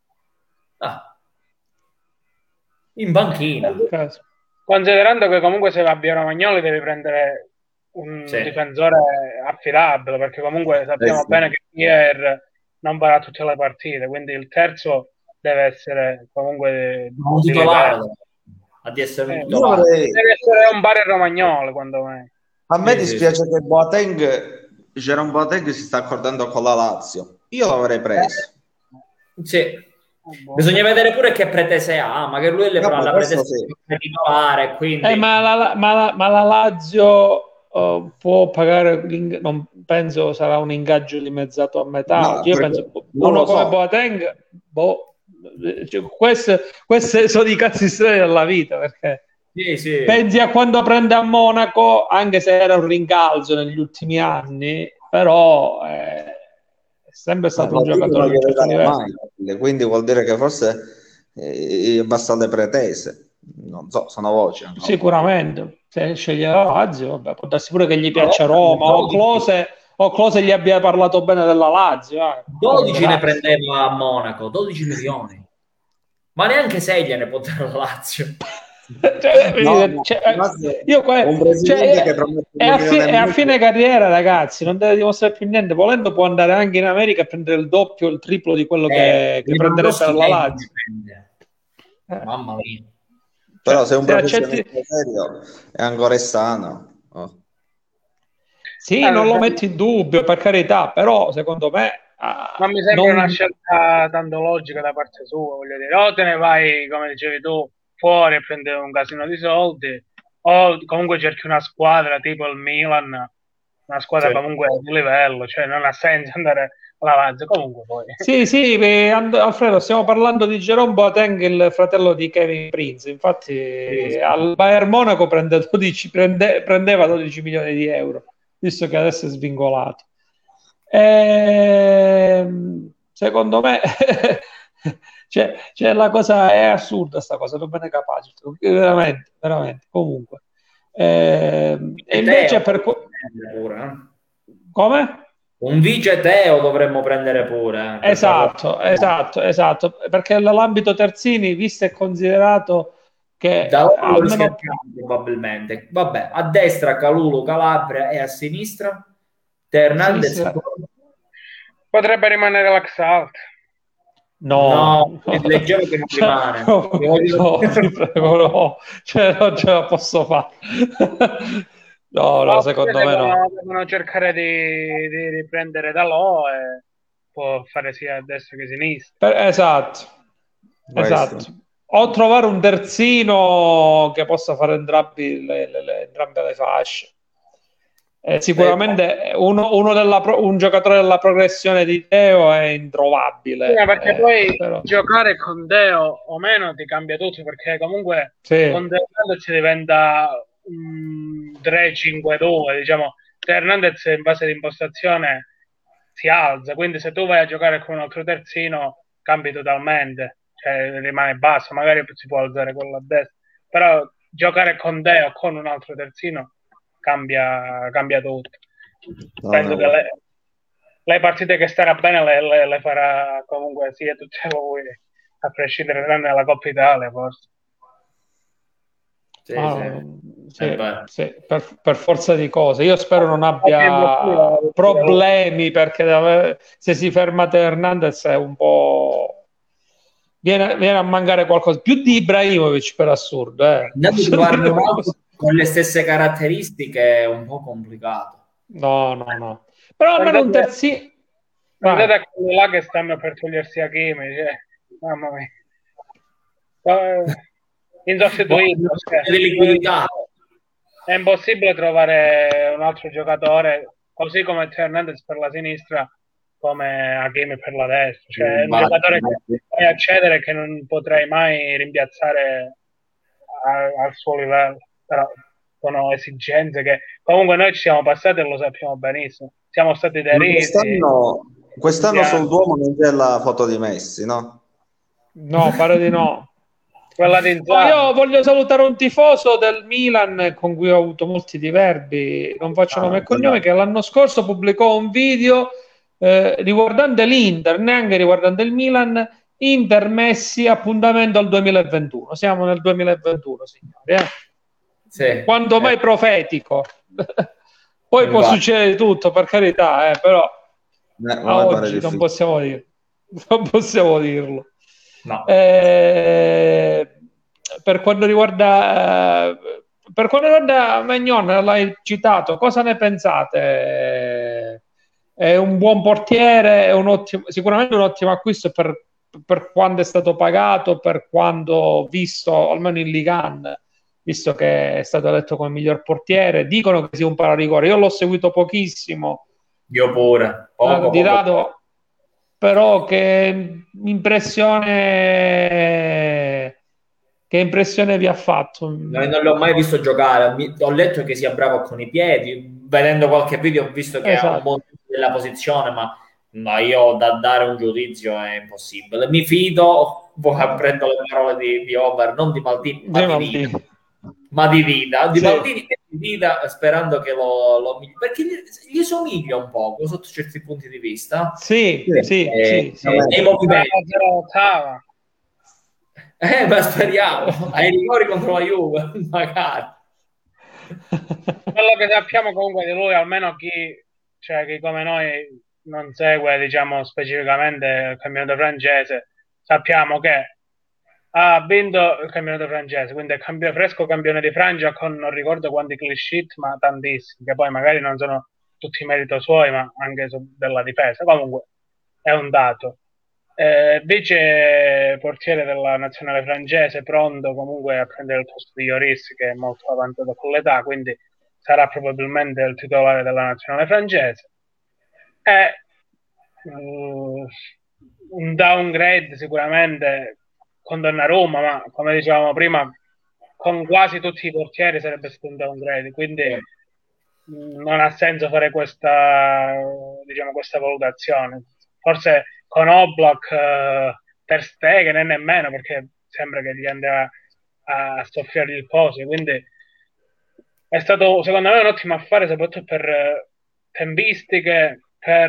in banchina, considerando che comunque se va via Romagnoli devi prendere un difensore affidabile, perché comunque sappiamo bene che Kier non farà tutte le partite, quindi il terzo deve essere comunque un titolare, deve essere un Bare Romagnoli, quando mai. A me dispiace che Boateng Jerome Boateng si sta accordando con la Lazio. Io l'avrei preso. Sì. Bisogna vedere pure che pretese ha, magari lui le farà la pretesa di titolare, quindi... ma la Lazio può pagare, non penso sarà un ingaggio dimezzato a metà. No, io penso uno come Boateng, questi sono i cazzi strani della vita, perché sì. Pensi a quando prende a Monaco, anche se era un rincalzo negli ultimi anni, però è sempre stato un giocatore di un certo livello. Quindi vuol dire che forse basta le pretese. Non so, sono voci. Sicuramente, se sceglierà Lazio, vabbè, può darsi pure che gli piaccia Roma o Close gli abbia parlato bene della Lazio. 12 ne prendeva a Monaco, 12 milioni. Ma neanche 6 gliene può dare la Lazio. È a fine carriera, ragazzi, non deve dimostrare più niente. Volendo può andare anche in America a prendere il doppio o il triplo di quello che prenderebbe alla Lazio. Mamma mia. Però se un professionista serio è ancora sano. Sì, non lo metti in dubbio, per carità, però secondo me non mi sembra una scelta tanto logica da parte sua, voglio dire, o te ne vai, come dicevi tu, fuori a prendere un casino di soldi, o comunque cerchi una squadra tipo il Milan, una squadra comunque di livello, cioè non ha senso andare alla Lazio, comunque poi. Sì, Alfredo, stiamo parlando di Jerome Boateng, il fratello di Kevin Prince, infatti al Bayern Monaco prendeva 12 milioni di euro, visto che adesso è svincolato. Secondo me cioè la cosa è assurda, sta cosa, non me ne capace veramente comunque e invece come? Un vice Teo dovremmo prendere pure. Esatto, perché l'ambito terzini, visto e considerato che almeno probabilmente, vabbè, a destra Calulu, Calabria e a sinistra Hernandez potrebbe rimanere l'Axalt. No, leggevo che non rimane. No, cioè, non ce la posso fare. No, secondo me no. Devono cercare di riprendere Dalò e può fare sia a destra che a sinistra. Esatto. O trovare un terzino che possa fare entrambe le fasce. Sicuramente un giocatore della progressione di Teo è introvabile. Perché poi giocare con Teo o meno ti cambia tutto, perché comunque con Teo si diventa 3-5-2, diciamo. Hernandez in base di impostazione si alza, quindi se tu vai a giocare con un altro terzino cambi totalmente, cioè rimane basso, magari si può alzare quello a destra, però giocare con Teo con un altro terzino cambia tutto. Penso che le partite che starà bene le farà comunque sia tutte voi, a prescindere dalla Coppa Italia, forse. Sì, per forza di cose. Io spero non abbia problemi, perché se si ferma Hernandez è un po'... Viene a mancare qualcosa più di Ibrahimovic, per assurdo. Con le stesse caratteristiche è un po' complicato. No. Però almeno un terzino. Guardate a quelli là che stanno per togliersi Hakimi, cioè, mamma mia. È impossibile trovare un altro giocatore così come Hernandez per la sinistra, come Hakimi per la destra, cioè un giocatore che puoi accedere, che non potrei mai rimpiazzare al suo livello, però sono esigenze che comunque noi ci siamo passati e lo sappiamo benissimo, siamo stati derisi. Quest'anno sul Duomo non c'è la foto di Messi, no? No, pare di no. Io voglio salutare un tifoso del Milan con cui ho avuto molti diverbi, non faccio nome e cognome, che l'anno scorso pubblicò un video riguardante l'Inter, neanche riguardante il Milan. Inter Messi, appuntamento al 2021. Siamo nel 2021, signori. Sì, quanto mai profetico. Poi può succedere tutto, per carità, però a oggi non possiamo dirlo. No. Per quanto riguarda Maignan, l'hai citato, cosa ne pensate è un buon portiere, è sicuramente un ottimo acquisto per quando è stato pagato, per quando visto, almeno in Ligue 1, visto che è stato eletto come miglior portiere. Dicono che sia un pararigore, io l'ho seguito pochissimo. Io pure, di dato, però che impressione vi ha fatto? Non l'ho mai visto giocare, ho letto che sia bravo con i piedi, vedendo qualche video ho visto che ha un mondo della posizione, ma io da dare un giudizio è impossibile. Mi fido, prendo le parole di Over, non di Maldini, ma di Vida, di Maldini e di Vida, sperando che lo perché gli somiglia un po' sotto certi punti di vista. Sì. Nei movimenti. Ma speriamo, ai rigori contro la Juve, magari. Quello che sappiamo comunque di lui, almeno chi come noi non segue, diciamo, specificamente il campionato francese, sappiamo che ha vinto il campionato francese, quindi è fresco campione di Francia con non ricordo quanti clean sheet, ma tantissimi, che poi magari non sono tutti merito suoi, ma anche della difesa. Comunque è un dato. Vice portiere della nazionale francese, pronto comunque a prendere il posto di Lloris, che è molto avanzato con l'età, quindi sarà probabilmente il titolare della nazionale francese. È un downgrade sicuramente con Donnarumma, ma come dicevamo prima, con quasi tutti i portieri sarebbe stato un downgrade, quindi non ha senso fare questa valutazione. Forse con Oblak, Ter Stegen e nemmeno, perché sembra che gli andava a soffiare il posto, quindi è stato secondo me un ottimo affare, soprattutto per tempistiche,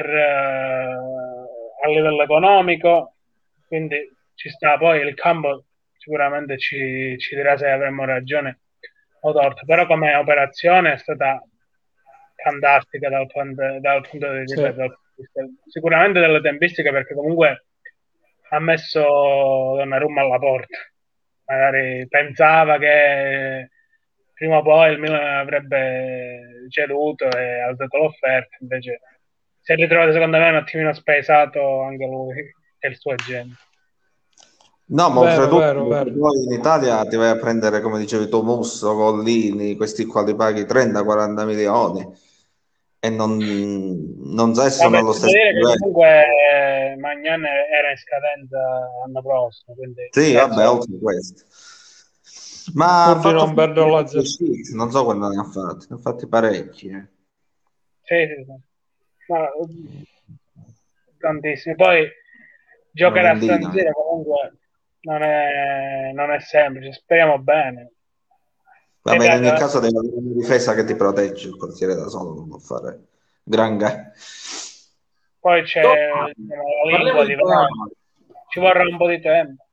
a livello economico, quindi ci sta. Poi il campo sicuramente ci dirà se avremmo ragione o torto, però come operazione è stata fantastica dal punto di vista sicuramente delle tempistiche, perché comunque ha messo Donnarumma alla porta. Magari pensava che prima o poi il Milan avrebbe ceduto e alzato l'offerta, invece si è ritrovato secondo me un attimino spaesato anche lui e il suo agente. No, ma oltretutto poi in Italia ti vai a prendere, come dicevi tu, Musso, Collini, questi qua li paghi 30-40 milioni e non sono allo stesso livello. Comunque Magnan era in scadenza l'anno prossimo, quindi sì, vabbè, oltre questo. Ma non so quando ne ha fatti parecchi. Sì. No, tantissimi. Poi giocare a San Siro comunque non è semplice, speriamo bene. Vabbè, in ogni caso deve avere una difesa che ti protegge, il portiere da solo non può fare granché. Poi c'è la lingua di ci vorrà un po' di tempo.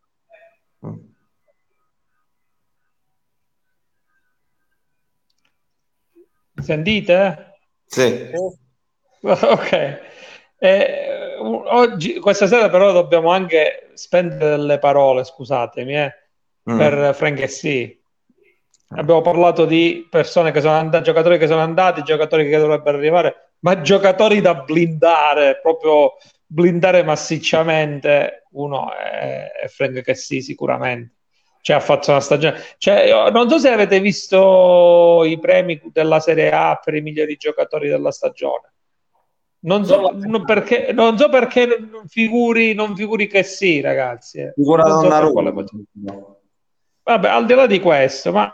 Sentite? Sì. Ok. Oggi, questa sera però dobbiamo anche spendere delle parole, scusatemi, per Franchessy. Abbiamo parlato di persone che sono andate, giocatori che sono andati, giocatori che dovrebbero arrivare, ma giocatori da blindare, proprio blindare massicciamente. Uno è Franchessy sicuramente. Cioè, ha fatto una stagione. Cioè, non so se avete visto i premi della Serie A per i migliori giocatori della stagione. Non so perché non figuri che sì, ragazzi. Figura Donnarumma. Vabbè, al di là di questo, ma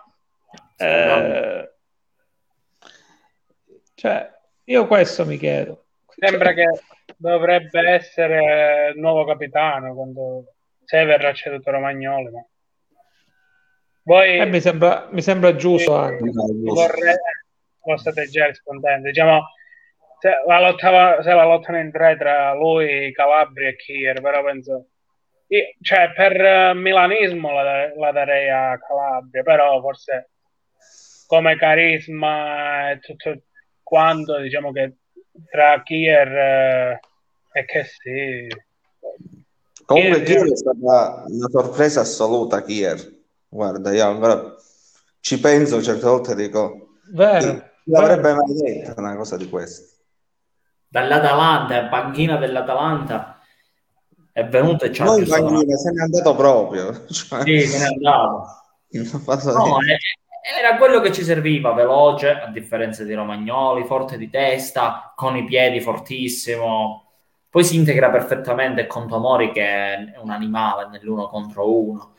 cioè, io questo mi chiedo. Sembra che dovrebbe essere il nuovo capitano se verrà ceduto Romagnoli, ma voi mi sembra giusto anche. Lo state già rispondendo, diciamo, se la lottano in tre tra lui, Calabria e Kier, però penso cioè per milanismo la darei a Calabria, però forse come carisma e tutto quanto, diciamo che tra Kier e che sì. Comunque Kier è stata una sorpresa assoluta, Kier. Guarda, io ancora ci penso certe volte, dico vero, l'avrebbe mai detto una cosa di questo. dall'Atalanta, panchina dell'Atalanta, è venuto e ci ha Noi in panchina se n'è andato proprio. Cioè... Sì, se n'è andato. No, era quello che ci serviva, veloce, a differenza di Romagnoli, forte di testa, con i piedi fortissimo. Poi si integra perfettamente con Tomori, che è un animale nell'uno contro uno.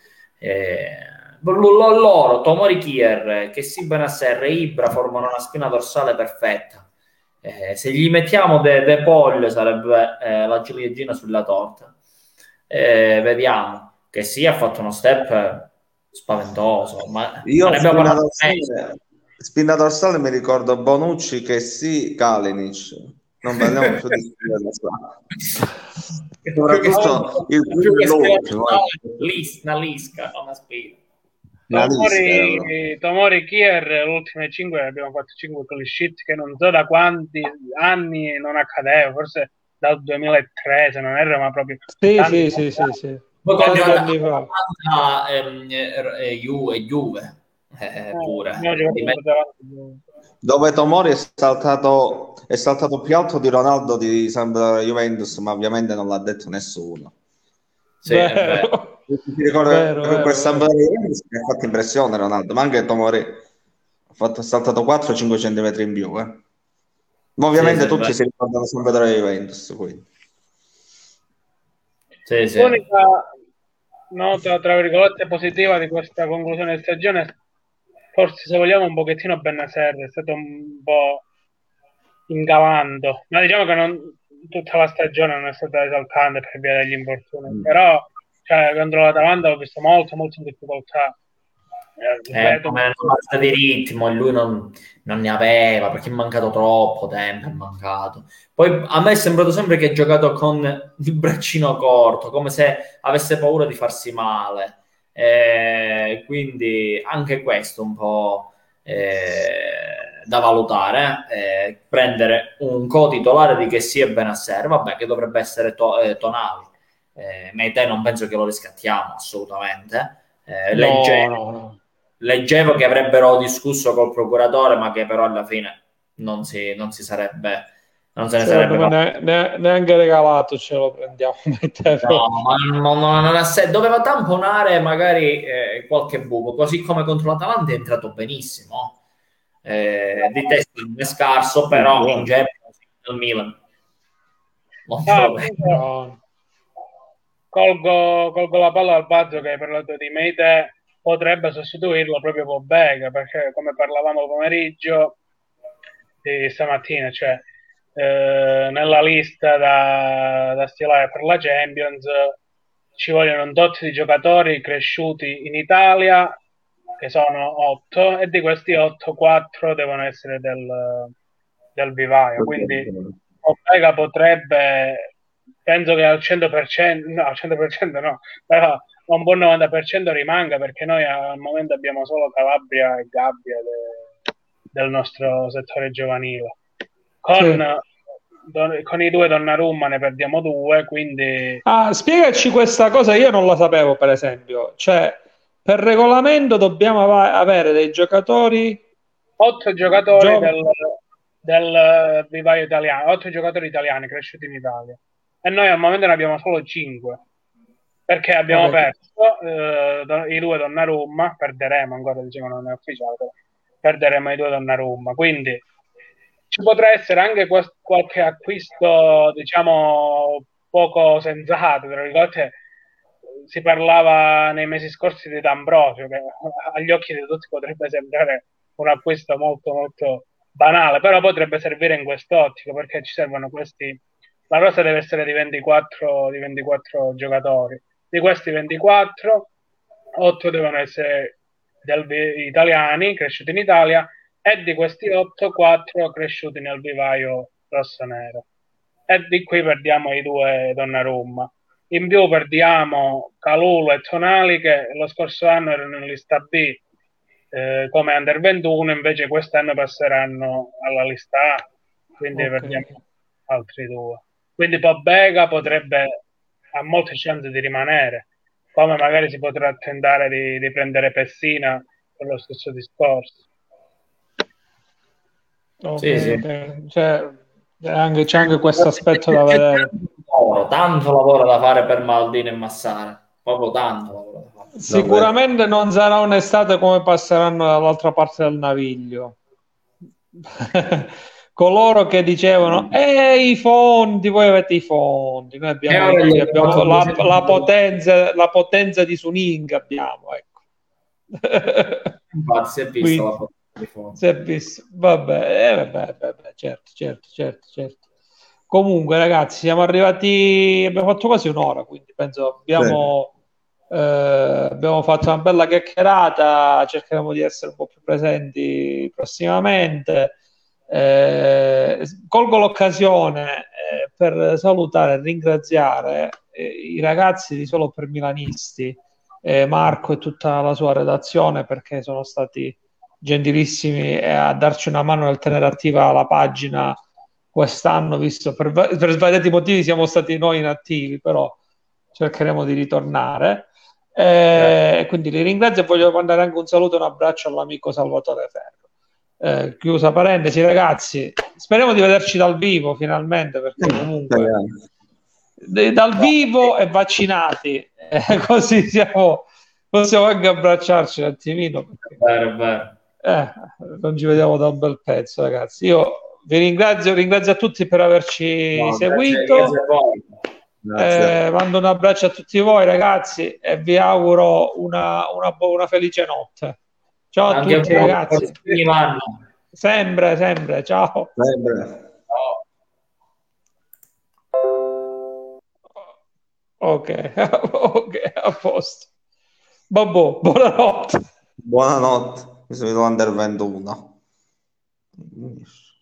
Loro, Tomori, Kier, che si Benasser e Ibra formano una spina dorsale perfetta. Se gli mettiamo De Paul sarebbe la ciliegina sulla torta. Vediamo che ha fatto uno step spaventoso, ma io spina dorsale mi ricordo Bonucci, che Kalinic, non parliamo più di spina dorsale. Soprattutto una lisca, una spina. Tomori Kier, le ultime 5 abbiamo fatto 5 clean sheet, che non so da quanti anni non accadeva, forse dal 2003 se non erro, ma proprio sì. Poi con Atalanta Juve pure. Dove Tomori è saltato più alto di Ronaldo di Sampdoria Juventus, ma ovviamente non l'ha detto nessuno. Sì, è vero. Ti ricordo che quel Sampdoria Juventus mi ha fatto impressione Ronaldo, ma anche Tomori ha saltato 4-5 centimetri in più. Ma ovviamente tutti si ricordano Sampdoria Juventus, quindi. L'unica nota, tra virgolette, positiva di questa conclusione di stagione, forse se vogliamo un pochettino Bennacer, è stato un po' incavando, ma diciamo che non tutta la stagione non è stata esaltante per via degli infortuni, però contro l'Atalanta ho visto molto in difficoltà. Come basta di ritmo, e lui non ne aveva, perché è mancato troppo tempo, è mancato. Poi a me è sembrato sempre che ha giocato con il braccino corto, come se avesse paura di farsi male. Quindi anche questo un po' da valutare. Prendere un co-titolare di Kessie e Benasser, vabbè, che dovrebbe essere Tonali. Meite non penso che lo riscattiamo assolutamente. No. Leggevo che avrebbero discusso col procuratore, ma che però alla fine non se ne sarebbe neanche regalato, ce lo prendiamo. No, non ha senso. Doveva tamponare magari qualche buco, così come contro l'Atalanta è entrato benissimo. Di testa non è scarso, però in genere nel Milan colgo la palla al balzo che hai parlato di Meite, potrebbe sostituirlo proprio Pobega, perché come parlavamo pomeriggio di stamattina, cioè nella lista da stilare per la Champions ci vogliono un tot di giocatori cresciuti in Italia, che sono 8, e di questi 8, 4 devono essere del vivaio, quindi Pobega potrebbe, penso che al 100% no, però a un buon 90% rimanga, perché noi al momento abbiamo solo Calabria e Gabbia del nostro settore giovanile. Con i 2 Donnarumma ne perdiamo 2, quindi... spiegaci questa cosa, io non la sapevo, per esempio. Cioè, per regolamento dobbiamo avere dei giocatori... 8 giocatori del vivaio italiano, 8 giocatori italiani cresciuti in Italia. E noi al momento ne abbiamo solo 5. Perché abbiamo perso i 2 Donnarumma, perderemo ancora, diciamo non è ufficiale, però perderemo i 2 Donnarumma, quindi ci potrà essere anche qualche acquisto, diciamo, poco sensato, tra virgolette. Si parlava nei mesi scorsi di D'Ambrosio, che agli occhi di tutti potrebbe sembrare un acquisto molto molto banale, però potrebbe servire in quest'ottico, perché ci servono questi, la rosa deve essere di 24 giocatori. Di questi 24, 8 devono essere italiani, cresciuti in Italia, e di questi 8, 4 cresciuti nel vivaio rosso-nero. E di qui perdiamo i 2 Donnarumma. In più perdiamo Kalulu e Tonali, che lo scorso anno erano in lista B come Under 21, invece quest'anno passeranno alla lista A, quindi perdiamo altri 2. Quindi Pobega ha molte chance di rimanere, come magari si potrà tentare di prendere Pessina per lo stesso discorso. Sì. Cioè, C'è anche questo aspetto da vedere. Tanto lavoro da fare per Maldini e Massara, proprio tanto lavoro da fare. Sicuramente non sarà un'estate come passeranno dall'altra parte del Naviglio. Coloro che dicevano i fondi, voi avete i fondi, noi abbiamo la potenza di Suning, abbiamo, ecco. Si è visto la potenza di fondi. Si è visto, vabbè, certo. Comunque ragazzi, siamo arrivati, abbiamo fatto quasi un'ora, quindi penso abbiamo fatto una bella chiacchierata, cercheremo di essere un po' più presenti prossimamente. Colgo l'occasione per salutare e ringraziare i ragazzi di Solo per Milanisti, Marco e tutta la sua redazione, perché sono stati gentilissimi a darci una mano nel tenere attiva la pagina quest'anno, visto per svariati motivi siamo stati noi inattivi, però cercheremo di ritornare. Quindi li ringrazio e voglio mandare anche un saluto e un abbraccio all'amico Salvatore Ferro. Chiusa parentesi, ragazzi, speriamo di vederci dal vivo finalmente, perché comunque dal vivo e vaccinati, così possiamo anche abbracciarci un attimino, perché, non ci vediamo da un bel pezzo, ragazzi. Io vi ringrazio a tutti per averci seguito. Grazie. Mando un abbraccio a tutti voi, ragazzi, e vi auguro una felice notte. Ciao a tutti, ragazzi. Sempre, ciao. Sempre. Ok, a posto. Babbo, buonanotte. Buonanotte, mi sono vedo under 21.